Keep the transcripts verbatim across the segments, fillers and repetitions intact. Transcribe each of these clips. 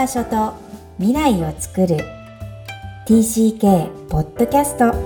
場所と未来をつくる ティーシーケー ポッドキャスト。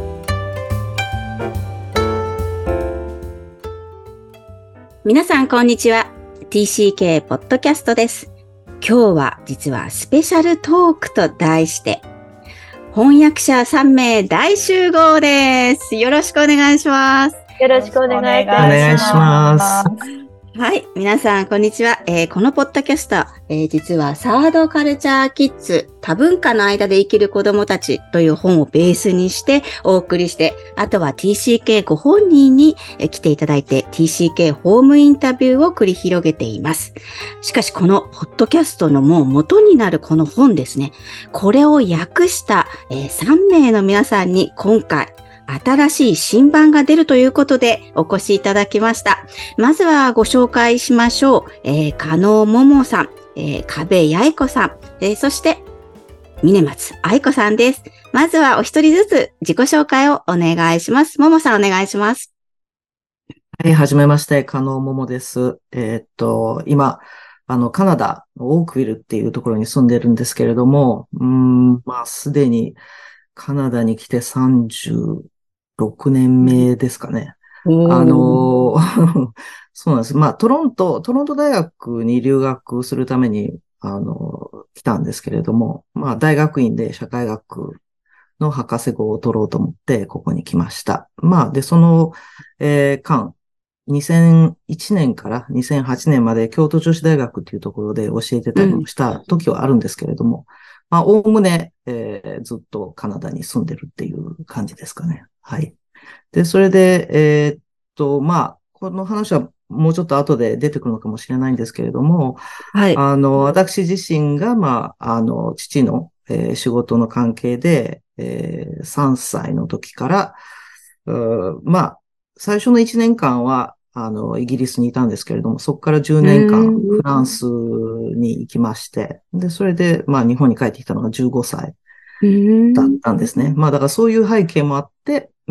皆さんこんにちは。 ティーシーケー ポッドキャストです。今日は実はスペシャルトークと題して翻訳者さんめい大集合です。よろしくお願いします。 よろしくお願いいたします。 お願いします。 はい、皆さんこんにちは。えー、このポッドキャスト、えー、実はサードカルチャーキッズ、多文化の間で生きる子供たちという本をベースにしてお送りして、あとは ティーシーケー ご本人に来ていただいて ティーシーケー ホームインタビューを繰り広げています。しかしこのポッドキャストのもう元になるこの本ですね。これを訳した、えー、さんめいの皆さんに今回新しい新版が出るということでお越しいただきました。まずはご紹介しましょう。えー、加納桃さん、えー、加部八重子さん、えー、そして峰松愛子さんです。まずはお一人ずつ自己紹介をお願いします。桃さんお願いします。 はい、はじめまして、加納桃です。えー、っと、今、あの、カナダのオークビルっていうところに住んでるんですけれども、うーん、まあ、すでにカナダに来てさんじゅうろくねんめですかね。あの、そうなんです。まあ、トロント、トロント大学に留学するために、あの、来たんですけれども、まあ、大学院で社会学の博士号を取ろうと思って、ここに来ました。まあ、で、その、えー、間、にせんいちねんからにせんはちねんまで京都女子大学っていうところで教えてたりもした時はあるんですけれども、まあ、おおむね、えー、ずっとカナダに住んでるっていう感じですかね。はい。で、それで、えー、っと、まあ、この話はもうちょっと後で出てくるのかもしれないんですけれども、 はい。 あの、私自身が、まあ、あの、父の、えー、仕事の関係で、えー、さんさいの時から、うまあ、最初のいちねんかんは、あの、イギリスにいたんですけれども、そこからじゅうねんかんフランスに行きまして、で、それで、まあ、日本に帰ってきたのがじゅうごさいだったんですね。まあ、だからそういう背景もあって、うん、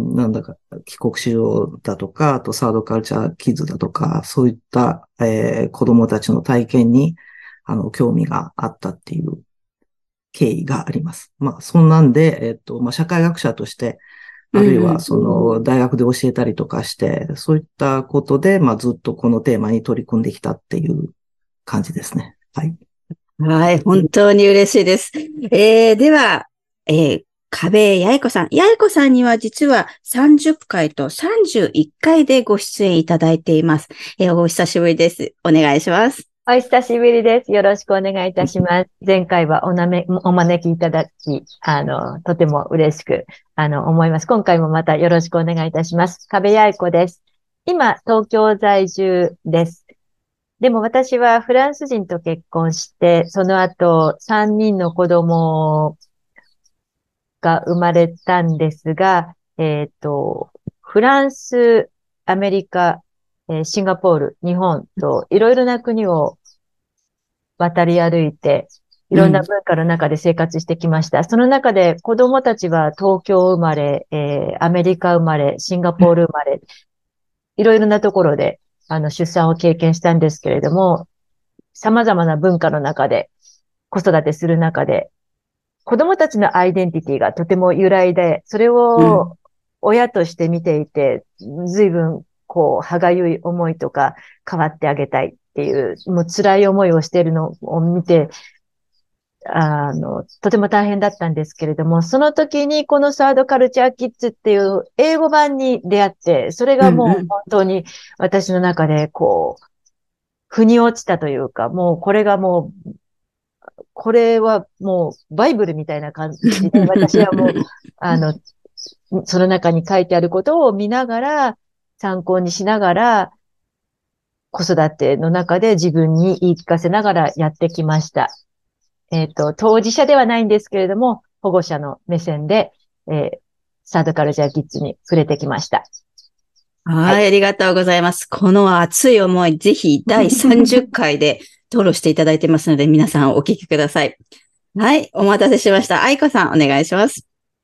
なんだか、帰国子女だとか、あとサードカルチャーキッズだとか、そういった、えー、子供たちの体験に、あの、興味があったっていう経緯があります。まあ、そんなんで、えっと、まあ、社会学者として、あるいは、その、大学で教えたりとかして、そういったことで、まあ、ずっとこのテーマに取り組んできたっていう感じですね。はい。 はい、本当に嬉しいです。えー、では、えー、加部八重子さん。八重子さんには実はさんじゅっかいとさんじゅういっかいでご出演いただいています。えー、お久しぶりです。お願いします。 お久しぶりです。よろしくお願いいたします。前回はおなめ、お招きいただき、あの、とても嬉しく、あの、思います。今回もまたよろしくお願いいたします。加部八重子です。今、東京在住です。でも私はフランス人と結婚して、その後さんにんの子供が生まれたんですが、えっと、フランス、アメリカ、えーシンガポール、日本といろいろな国を渡り歩いて、いろんな文化の中で生活してきました。うん、その中で子供たちは東京生まれ、えー、アメリカ生まれ、シンガポール生まれ、いろいろなところであの出産を経験したんですけれども、様々な文化の中で子育てする中で、子供たちのアイデンティティがとても由来で、それを親として見ていて、随分こう、歯がゆい思いとか変わってあげたいっていう、もう辛い思いをしているのを見て、あの、とても大変だったんですけれども、その時にこのサードカルチャーキッズっていう英語版に出会って、それがもう本当に私の中でこう、腑に落ちたというか、もうこれがもう、これはもうバイブルみたいな感じで、私はもう、あの、その中に書いてあることを見ながら、参考にしながら、子育ての中で自分に言い聞かせながらやってきました。えっと、当事者ではないんですけれども、保護者の目線で、えー、サードカルチャーキッズに触れてきました。 はい、はい、ありがとうございます。この熱い思い、ぜひだいさんじゅっかいで討論していただいてますので、皆さんお聞きください。はい、お待たせしました。愛子さん、お願いします。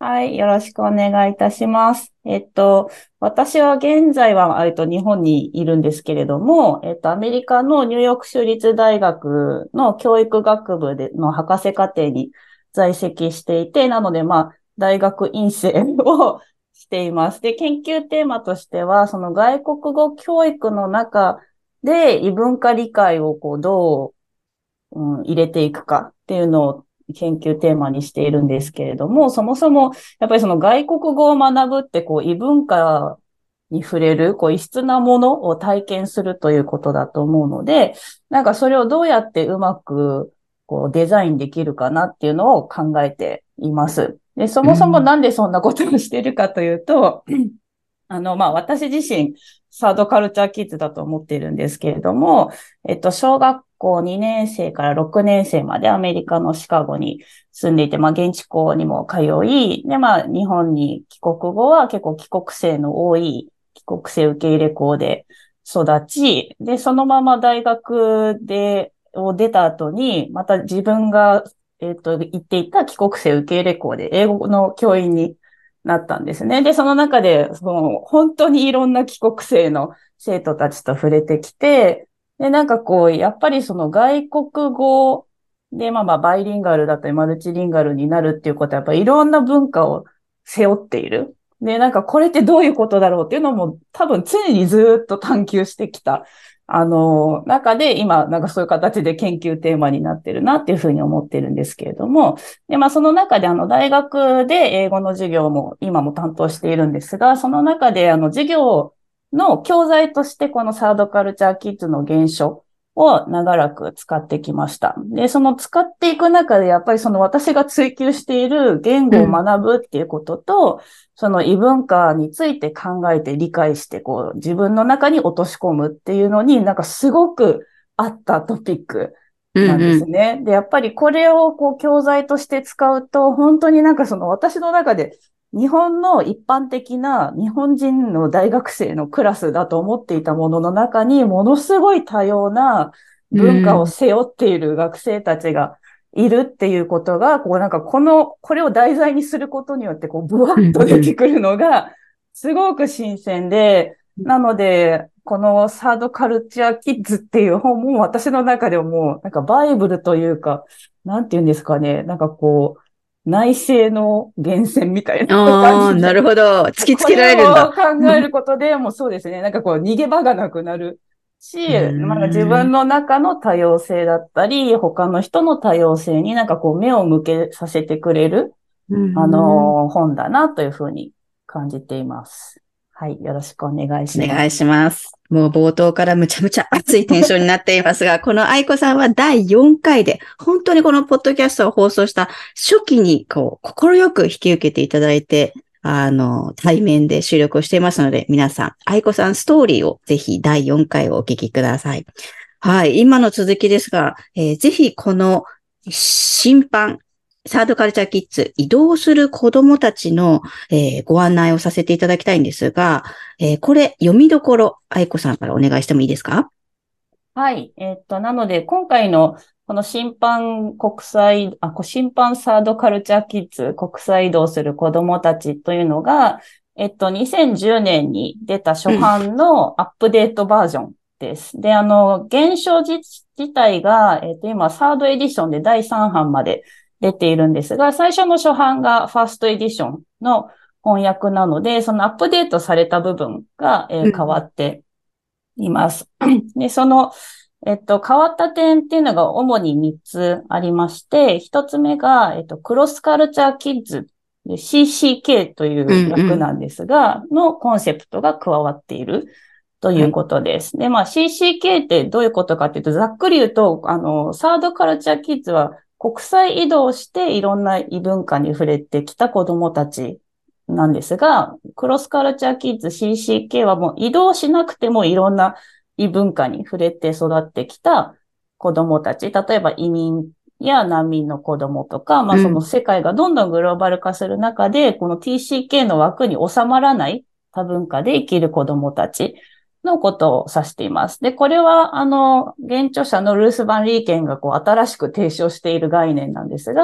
はい、よろしくお願いいたします。えっと、私は現在は、えっと、日本にいるんですけれども、えっと、アメリカのニューヨーク州立大学の教育学部での博士課程に在籍していて、なので、まあ、大学院生をしています。で、研究テーマとしては、その外国語教育の中で異文化理解をこう、どう、うん、入れていくかっていうのを研究テーマにしているんですけれども、そもそも、やっぱりその外国語を学ぶって、こう、異文化に触れる、こう、異質なものを体験するということだと思うので、なんかそれをどうやってうまく、こう、デザインできるかなっていうのを考えています。で、そもそもなんでそんなことをしているかというと、あの、まあ、私自身、サードカルチャーキッズだと思っているんですけれども、えっと、小学校にねん生からろくねん生までアメリカのシカゴに住んでいて、まあ、現地校にも通い、で、まあ、日本に帰国後は結構帰国生の多い帰国生受け入れ校で育ち、で、そのまま大学で、を出た後に、また自分が、えっと、行っていた帰国生受け入れ校で英語の教員になったんですね。で、その中で、その、本当にいろんな帰国生の生徒たちと触れてきて、で、なんかこう、やっぱりその外国語で、まあまあ、バイリンガルだったり、マルチリンガルになるっていうことは、やっぱりいろんな文化を背負っている。で、なんかこれってどういうことだろうっていうのも、多分常にずっと探求してきた。あの、中で今、なんかそういう形で研究テーマになってるなっていうふうに思ってるんですけれども、で、まあその中であの大学で英語の授業も今も担当しているんですが、その中であの授業の教材としてこのサードカルチャーキッズの原書を長らく使ってきました。で、その使っていく中でやっぱりその私が追求している言語を学ぶっていうことと、うん、その異文化について考えて理解してこう自分の中に落とし込むっていうのになんかすごく合ったトピックなんですね。うんうん、で、やっぱりこれをこう教材として使うと、本当になんかその私の中で日本の一般的な日本人の大学生のクラスだと思っていたものの中に、ものすごい多様な文化を背負っている学生たちがいるっていうことが、こうなんかこの、これを題材にすることによって、こうブワッと出てくるのが、すごく新鮮で、なので、このサードカルチャーキッズっていう本も私の中でももうなんかバイブルというか、なんていうんですかね、なんかこう、内政の源泉みたいな感じで。 ああ、なるほど。突きつけられるんだ。 これを考えることで、もうそうですね、なんかこう逃げ場がなくなるし、まあ、自分の中の多様性だったり、他の人の多様性になんかこう目を向けさせてくれる、あの、本だなというふうに感じています。はい、よろしくお願いします。 お願いします。もう冒頭からむちゃむちゃ熱いテンションになっていますが、この愛子さんはだいよんかいで、本当にこのポッドキャストを放送した初期に、こう、心よく引き受けていただいて、あの、対面で収録をしていますので、皆さん、愛子さんストーリーをぜひだいよんかいをお聞きください。はい、今の続きですが、えー、ぜひこの新版、サードカルチャーキッズ、移動する子供たちの、えー、ご案内をさせていただきたいんですが、えー、これ、読みどころ、愛子さんからお願いしてもいいですか？ はい。えー、っと、なので、今回のこの審判国際、あ、審判サードカルチャーキッズ、国際移動する子供たちというのが、えっと、にせんじゅうねんに出た初版のアップデートバージョンです。うん、で、あの、原書自体が、えっと、今、サードエディションでだいさん版まで出ているんですが、最初の初版がファーストエディションの翻訳なので、そのアップデートされた部分が、えー、変わっています。で、その、えっと、変わった点っていうのが主にみっつありまして、ひとつめが、えっと、クロスカルチャーキッズ、シーシーケー という訳なんですが、うんうん、のコンセプトが加わっているということです。はい、で、まあ シーシーケー ってどういうことかっていうと、ざっくり言うと、あの、サードカルチャーキッズは国際移動していろんな異文化に触れてきた子供たちなんですが、クロスカルチャーキッズ シーシーケー はもう移動しなくてもいろんな異文化に触れて育ってきた子供たち、例えば移民や難民の子供とか、まあその世界がどんどんグローバル化する中で、この ティーシーケー の枠に収まらない多文化で生きる子供たちのことを指しています。で、これは、あの、原著者のルース・バン・リーケンがこう新しく提唱している概念なんですが、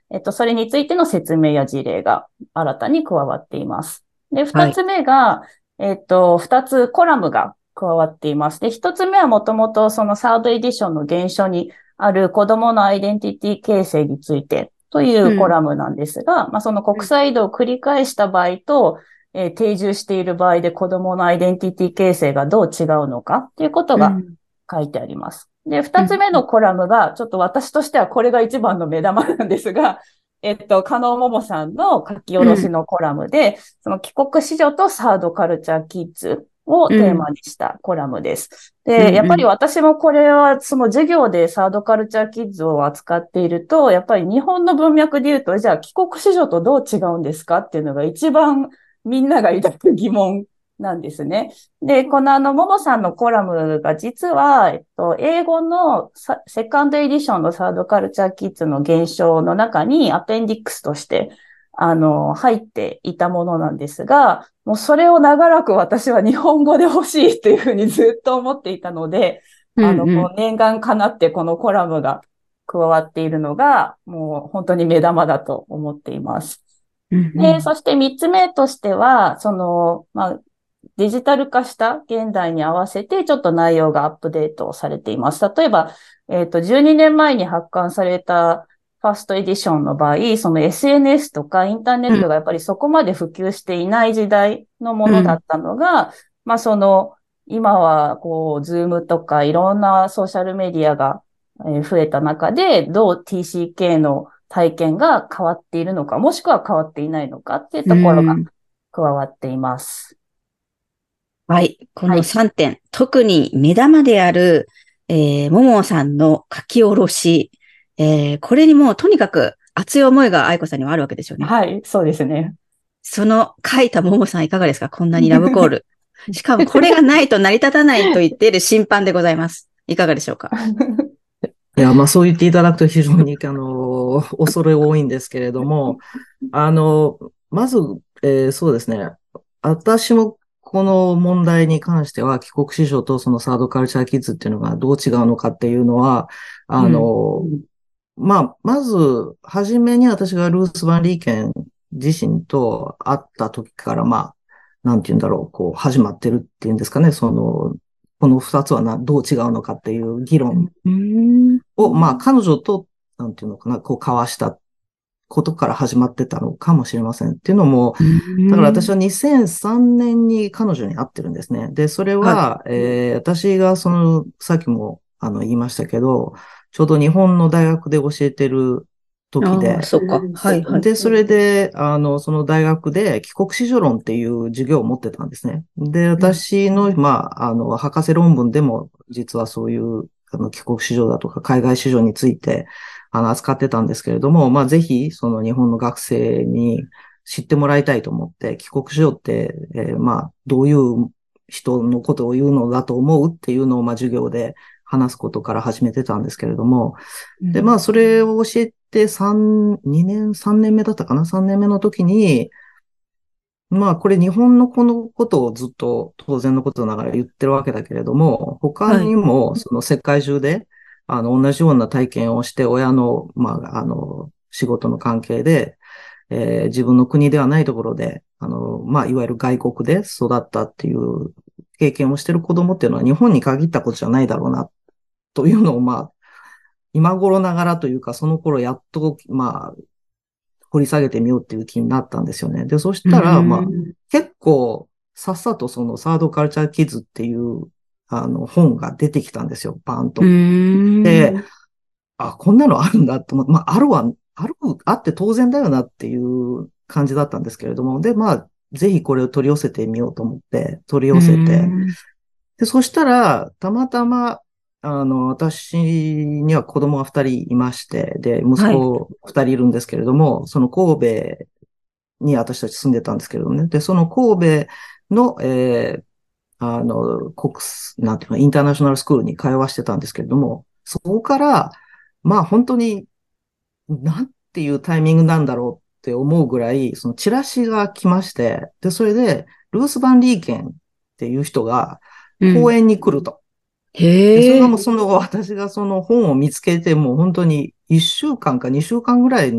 えっと、それについての説明や事例が新たに加わっています。で、 はい。 二つ目が、えっと、二つコラムが加わっています。で、一つ目はもともとそのサードエディションの原書にある子供のアイデンティティ形成についてというコラムなんですが、まあ、その国際移動を繰り返した場合と、えー定住している場合で子供のアイデンティティ形成がどう違うのかということがうん書いてあります。で、 うん二つ目のコラムが、ちょっと私としてはこれが一番の目玉なんですが、えっと、加納桃さんの書き下ろしのコラムで、その帰国子女とサードカルチャーキッズをテーマにしたコラムです。で、やっぱり私もこれはその授業でサードカルチャーキッズを扱っていると、やっぱり日本の文脈で言うと、じゃあ帰国子女とどう違うんですかっていうのが一番みんなが抱く疑問なんですね。で、このあの、ももさんのコラムが実は、えっと、英語のサセカンドエディションのサードカルチャーキッズの現象の中にアペンディックスとして、あの、入っていたものなんですが、もうそれを長らく私は日本語で欲しいというふうにずっと思っていたので、あの、 うんうんこう念願かなってこのコラムが加わっているのが、もう本当に目玉だと思っています。 うんで、そして三つ目としては、その、まあ、デジタル化した現代に合わせてちょっと内容がアップデートされています。例えば、えっと、じゅうにねんまえに発刊されたファーストエディションの場合、その エスエヌエス とかインターネットがやっぱりそこまで普及していない時代のものだったのが、まあその、今はこう、ズームとかいろんなソーシャルメディアがえー増えた中で、どう ティーシーケー の体験が変わっているのか、もしくは変わっていないのかっていうところがうん加わっています。 はい。このはい。 さんてん、特に目玉である、えー、ももさんの書き下ろし、えー、これにもうとにかく熱い思いが愛子さんにはあるわけですよね。 はい、そうですね。 その書いたももさんいかがですか？こんなにラブコール。しかもこれがないと成り立たないと言っている審判でございます。いかがでしょうか？ いや、まあそう言っていただくと非常に、あの、恐れ多いんですけれども、あの、まず、えーそうですね。私もこの問題に関しては、帰国子女とそのサードカルチャーキッズっていうのがどう違うのかっていうのは、あの、まあ、まず、はじめに私がルース・バンリーケン自身と会った時から、まあ、なんて言うんだろう、こう、始まってるっていうんですかね、その、この二つはな、どう違うのかっていう議論うんを、まあ、彼女と、なんていうのかな、こう、交わしたことから始まってたのかもしれません。っていうのも、だから私はにせんさんねんに彼女に会ってるんですね。で、それは、えー私がその、さっきも、あの、言いましたけど、ちょうど日本の大学で教えてる時あであ、、そうか。はいはい。 で、それで、あの、その大学で帰国子女論っていう授業を持ってたんですね。で、私の、まあ、あの、博士論文でも、実はそういう、あの、帰国子女だとか海外子女について、あの、扱ってたんですけれども、まあ、ぜひ、その日本の学生に知ってもらいたいと思って、帰国子女って、えーまあ、どういう人のことを言うのだと思うっていうのを、まあ、授業で話すことから始めてたんですけれども、で、まあ、それを教えて3、にねん、さんねんめだったかな ?さん 年目の時に、まあ、これ日本のこのことをずっと当然のことながら言ってるわけだけれども、他にも、その世界中で、あの、同じような体験をして、親の、まあ、あの、仕事の関係で、えー自分の国ではないところで、あの、まあ、いわゆる外国で育ったっていう経験をしている子供っていうのは日本に限ったことじゃないだろうな、というのを、まあ、今頃ながらというか、その頃やっと、まあ、掘り下げてみようっていう気になったんですよね。で、そしたら、まあ、結構、さっさとそのサードカルチャーキッズっていう、あの、本が出てきたんですよ、バーンと。で、あ、こんなのあるんだと思って、まあ、あるは、ある、あって当然だよなっていう感じだったんですけれども、で、まあ、ぜひこれを取り寄せてみようと思って、取り寄せて、で、そしたら、たまたま、あの、私には子供が二人いまして、で、息子二人いるんですけれども、その神戸に私たち住んでたんですけれどもね。で、その神戸の、えーあの、国す、なんていうの、インターナショナルスクールに通わしてたんですけれども、そこから、まあ本当に、なんていうタイミングなんだろうって思うぐらい、そのチラシが来まして、で、それで、ルース・バンリーケンっていう人が講演に来ると。で、それへえ。 がもうその、私がその本を見つけて、もう本当にいっしゅうかんかにしゅうかんぐらいの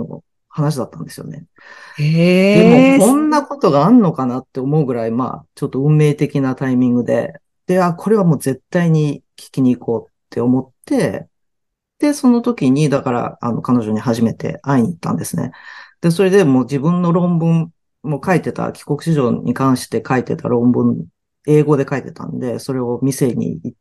話だったんですよね。でも、 へえ。 こんなことがあんのかなって思うぐらい、まあ、ちょっと運命的なタイミングで、で、あ、これはもう絶対に聞きに行こうって思って、で、その時に、だから、あの、彼女に初めて会いに行ったんですね。で、それでもう自分の論文も書いてた、帰国子女に関して書いてた論文、英語で書いてたんで、それを店に行って、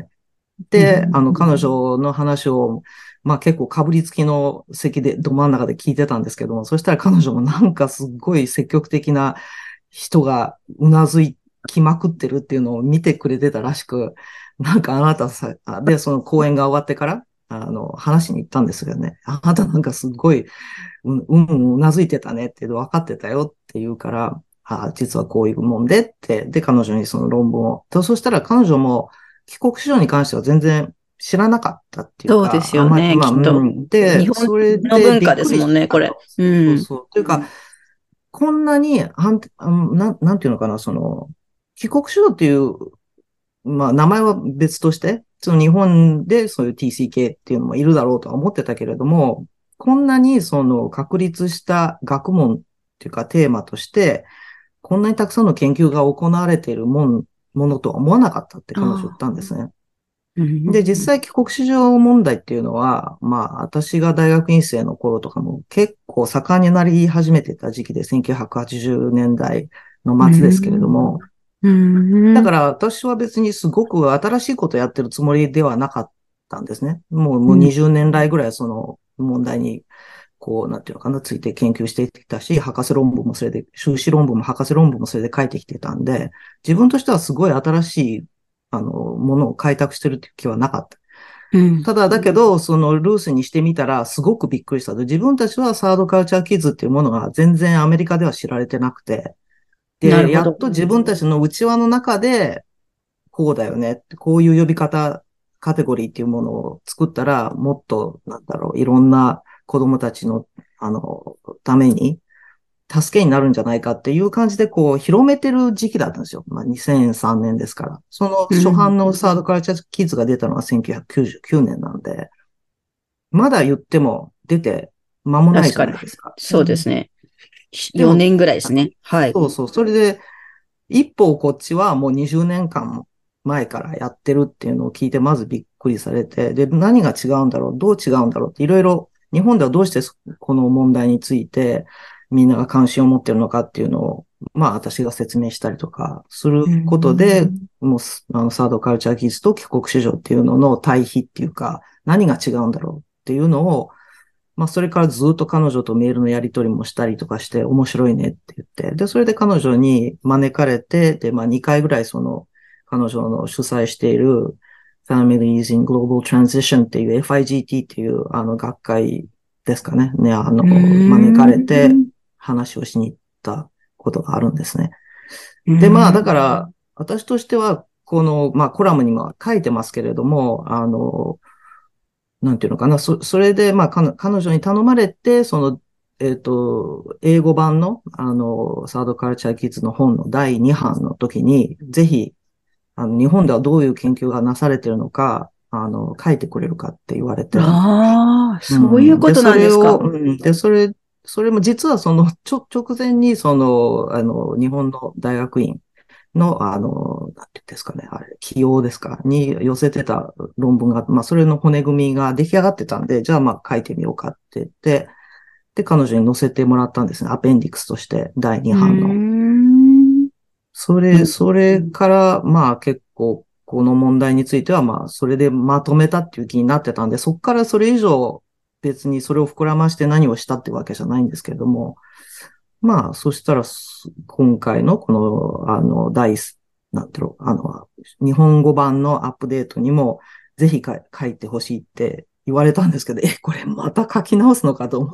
で、あの、彼女の話を、まあ結構被りつきの席で、ど真ん中で聞いてたんですけども、そしたら彼女もなんかすっごい積極的な人がうなずきまくってるっていうのを見てくれてたらしく、なんかあなたさ、で、その講演が終わってから、あの、話しに行ったんですよね。あなたなんかすっごい、うん、うん、うなずいてたねって分かってたよって言うから、あ、実はこういうもんでって、で、彼女にその論文を。と、そしたら彼女も帰国子女に関しては全然知らなかったっていうそうでか、あまり、 すよね、 まあ、うきっと。 ん。で、 日本それの文化でびっくりですもんね、これ。 したと。 うそうそうん。 そう。というか、こんなに、はん、なん、なんていうのかな、その、帰国子女っていう、まあ、名前は別として、その日本でそういう ティーシーケー っていうのもいるだろうとは思ってたけれども、こんなにその確立した学問っていうかテーマとして、こんなにたくさんの研究が行われているもん、ものとは思わなかったって彼女言ったんですね。で、実際帰国子女問題っていうのは、まあ、私が大学院生の頃とかも結構盛んになり始めてた時期で、せんきゅうひゃくはちじゅうねんだいの末ですけれども、だから私は別にすごく新しいことやってるつもりではなかったんですね。もう、もうにじゅうねん来ぐらいその問題に、こう、なんていうのかな、ついて研究してきたし、博士論文もそれで、修士論文も博士論文もそれで書いてきてたんで、自分としてはすごい新しい、あの、ものを開拓してるっていう気はなかった。うん、ただ、だけど、そのルースにしてみたら、すごくびっくりした。自分たちはサードカルチャーキッズっていうものが全然アメリカでは知られてなくて、で、やっと自分たちの内輪の中で、こうだよね。こういう呼び方、カテゴリーっていうものを作ったら、もっと、なんだろう、いろんな子供たちの、あの、ために、助けになるんじゃないかっていう感じで、こう、広めてる時期だったんですよ。まあ、にせんさんねんですから。その初版のサードカルチャーキッズが出たのはせんきゅうひゃくきゅうじゅうきゅうねんなんで、まだ言っても出て間もないじゃないですか。 そうですね。よねんぐらいですね。はい。 そうそう。それで、一方こっちはもうにじゅうねんかん前からやってるっていうのを聞いて、まずびっくりされて、で、何が違うんだろう、どう違うんだろうっていろいろ、日本ではどうしてこの問題についてみんなが関心を持ってるのかっていうのを、まあ私が説明したりとかすることで、もうあのサードカルチャー技術と帰国子女っていうのの対比っていうか、何が違うんだろうっていうのを、まあ、それからずっと彼女とメールのやり取りもしたりとかして面白いねって言って、で、それで彼女に招かれて、で、まあ、にかいぐらいその、彼女の主催している Families in Global Transition っていう エフアイジーティー っていうあの学会ですかね。ね、あの、招かれて話をしに行ったことがあるんですね。で、まあ、だから、私としては、この、まあ、コラムにも書いてますけれども、あの、なんていうのかな。そ、それで、まあ、彼女に頼まれて、その、えっと、英語版の、あの、サードカルチャーキッズの本のだいに版の時に、ぜひ、あの、日本ではどういう研究がなされているのか、あの、書いてくれるかって言われて。 ああ、そういうことなんですか。 うん、で、それを、うん、で、それ、それも実はその、ちょ、直前に、その、あの、日本の大学院の、あの、なんていうんですかね、あれ、起用ですか、に寄せてた論文が、まあ、それの骨組みが出来上がってたんで、じゃあ、まあ、書いてみようかって言って、で、彼女に載せてもらったんですね。アペンディクスとして、だいに版の。それ、それから、まあ、結構、この問題については、まあ、それでまとめたっていう気になってたんで、そこからそれ以上、別にそれを膨らまして何をしたってわけじゃないんですけれども、まあ、そしたら、今回のこの、あの、第、なんていうの、あの、日本語版のアップデートにも、ぜひか書いてほしいって言われたんですけど、え、これまた書き直すのかと思って、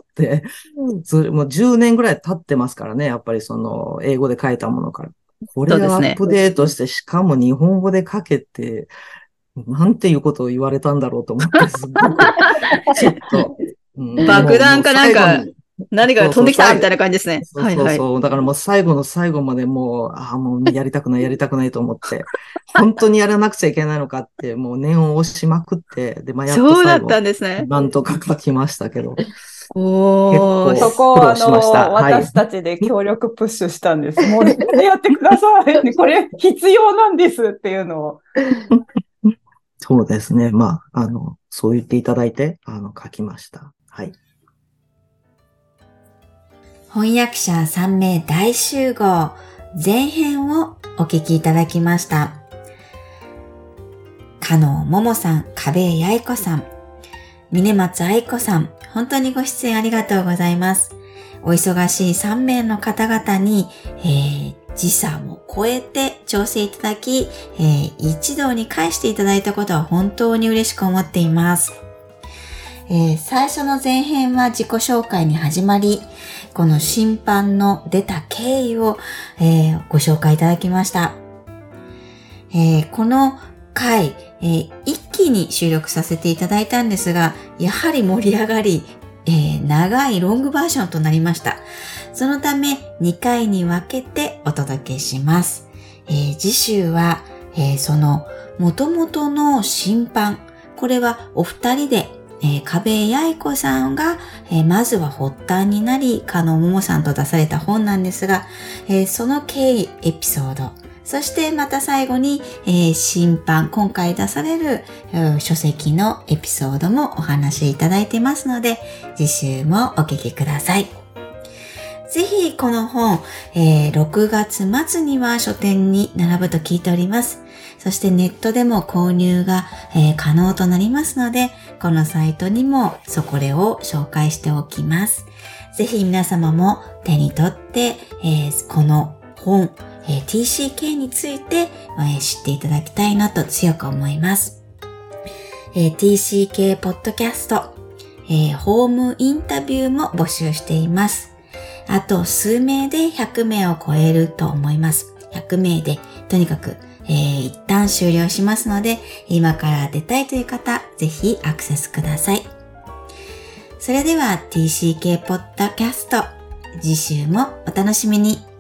それもうじゅうねんぐらい経ってますからね、やっぱりその、英語で書いたものから。これをアップデートして、しかも日本語で書けて、なんていうことを言われたんだろうと思って、すごく、ちょっと、 うん、爆弾かなんか、何かが飛んできたみたいな感じですね。 そうそうそう。はいはい、だからもう最後の最後までもう、ああ、もうやりたくない、やりたくないと思って、本当にやらなくちゃいけないのかって、もう念を押しまくって、で、まあ、やっと最後、 そうだったんですね。 なんとか書きましたけど。 おー、 結構そこを、あ苦労しましたの、 はい私たちで協力プッシュしたんです。もう絶対やってください。これ必要なんですっていうのを。 そうですね。まあ、あの、そう言っていただいて、あの、書きました。はい。 翻訳者さん名大集合前編をお聞きいただきました。加納桃さん、加部八重子さん、峰松愛子さん、本当にご出演ありがとうございます。お忙しいさん名の方々に、えー、時差も超えて調整いただき、えー、一堂に会していただいたことは本当に嬉しく思っています。えー、最初の前編は自己紹介に始まり、この新版の出た経緯を、えー、ご紹介いただきました。えー、この回、えー、一気に収録させていただいたんですが、やはり盛り上がり、えー、長いロングバージョンとなりました。そのためにかいに分けてお届けします。えー、次週は、えー、その元々の新版、これはお二人でえー、加部八重子さんが、えー、まずは発端になり、加納桃さんと出された本なんですが、えー、その経緯、エピソード、そしてまた最後に、えー、新版、今回出される、うん、書籍のエピソードもお話しいただいてますので、次週もお聞きください。ぜひこの本、えー、ろくがつ末には書店に並ぶと聞いております。そしてネットでも購入が、えー、可能となりますので、このサイトにもそこれを紹介しておきます。ぜひ皆様も手に取って、えー、この本、えー、ティーシーケー について、えー、知っていただきたいなと強く思います。えー、ティーシーケー ポッドキャスト、えー、ホームインタビューも募集しています。あと数名でひゃく名を超えると思います。ひゃく名でとにかくえー、一旦終了しますので、今から出たいという方、ぜひアクセスください。それでは ティーシーケー ポッドキャスト、次週もお楽しみに。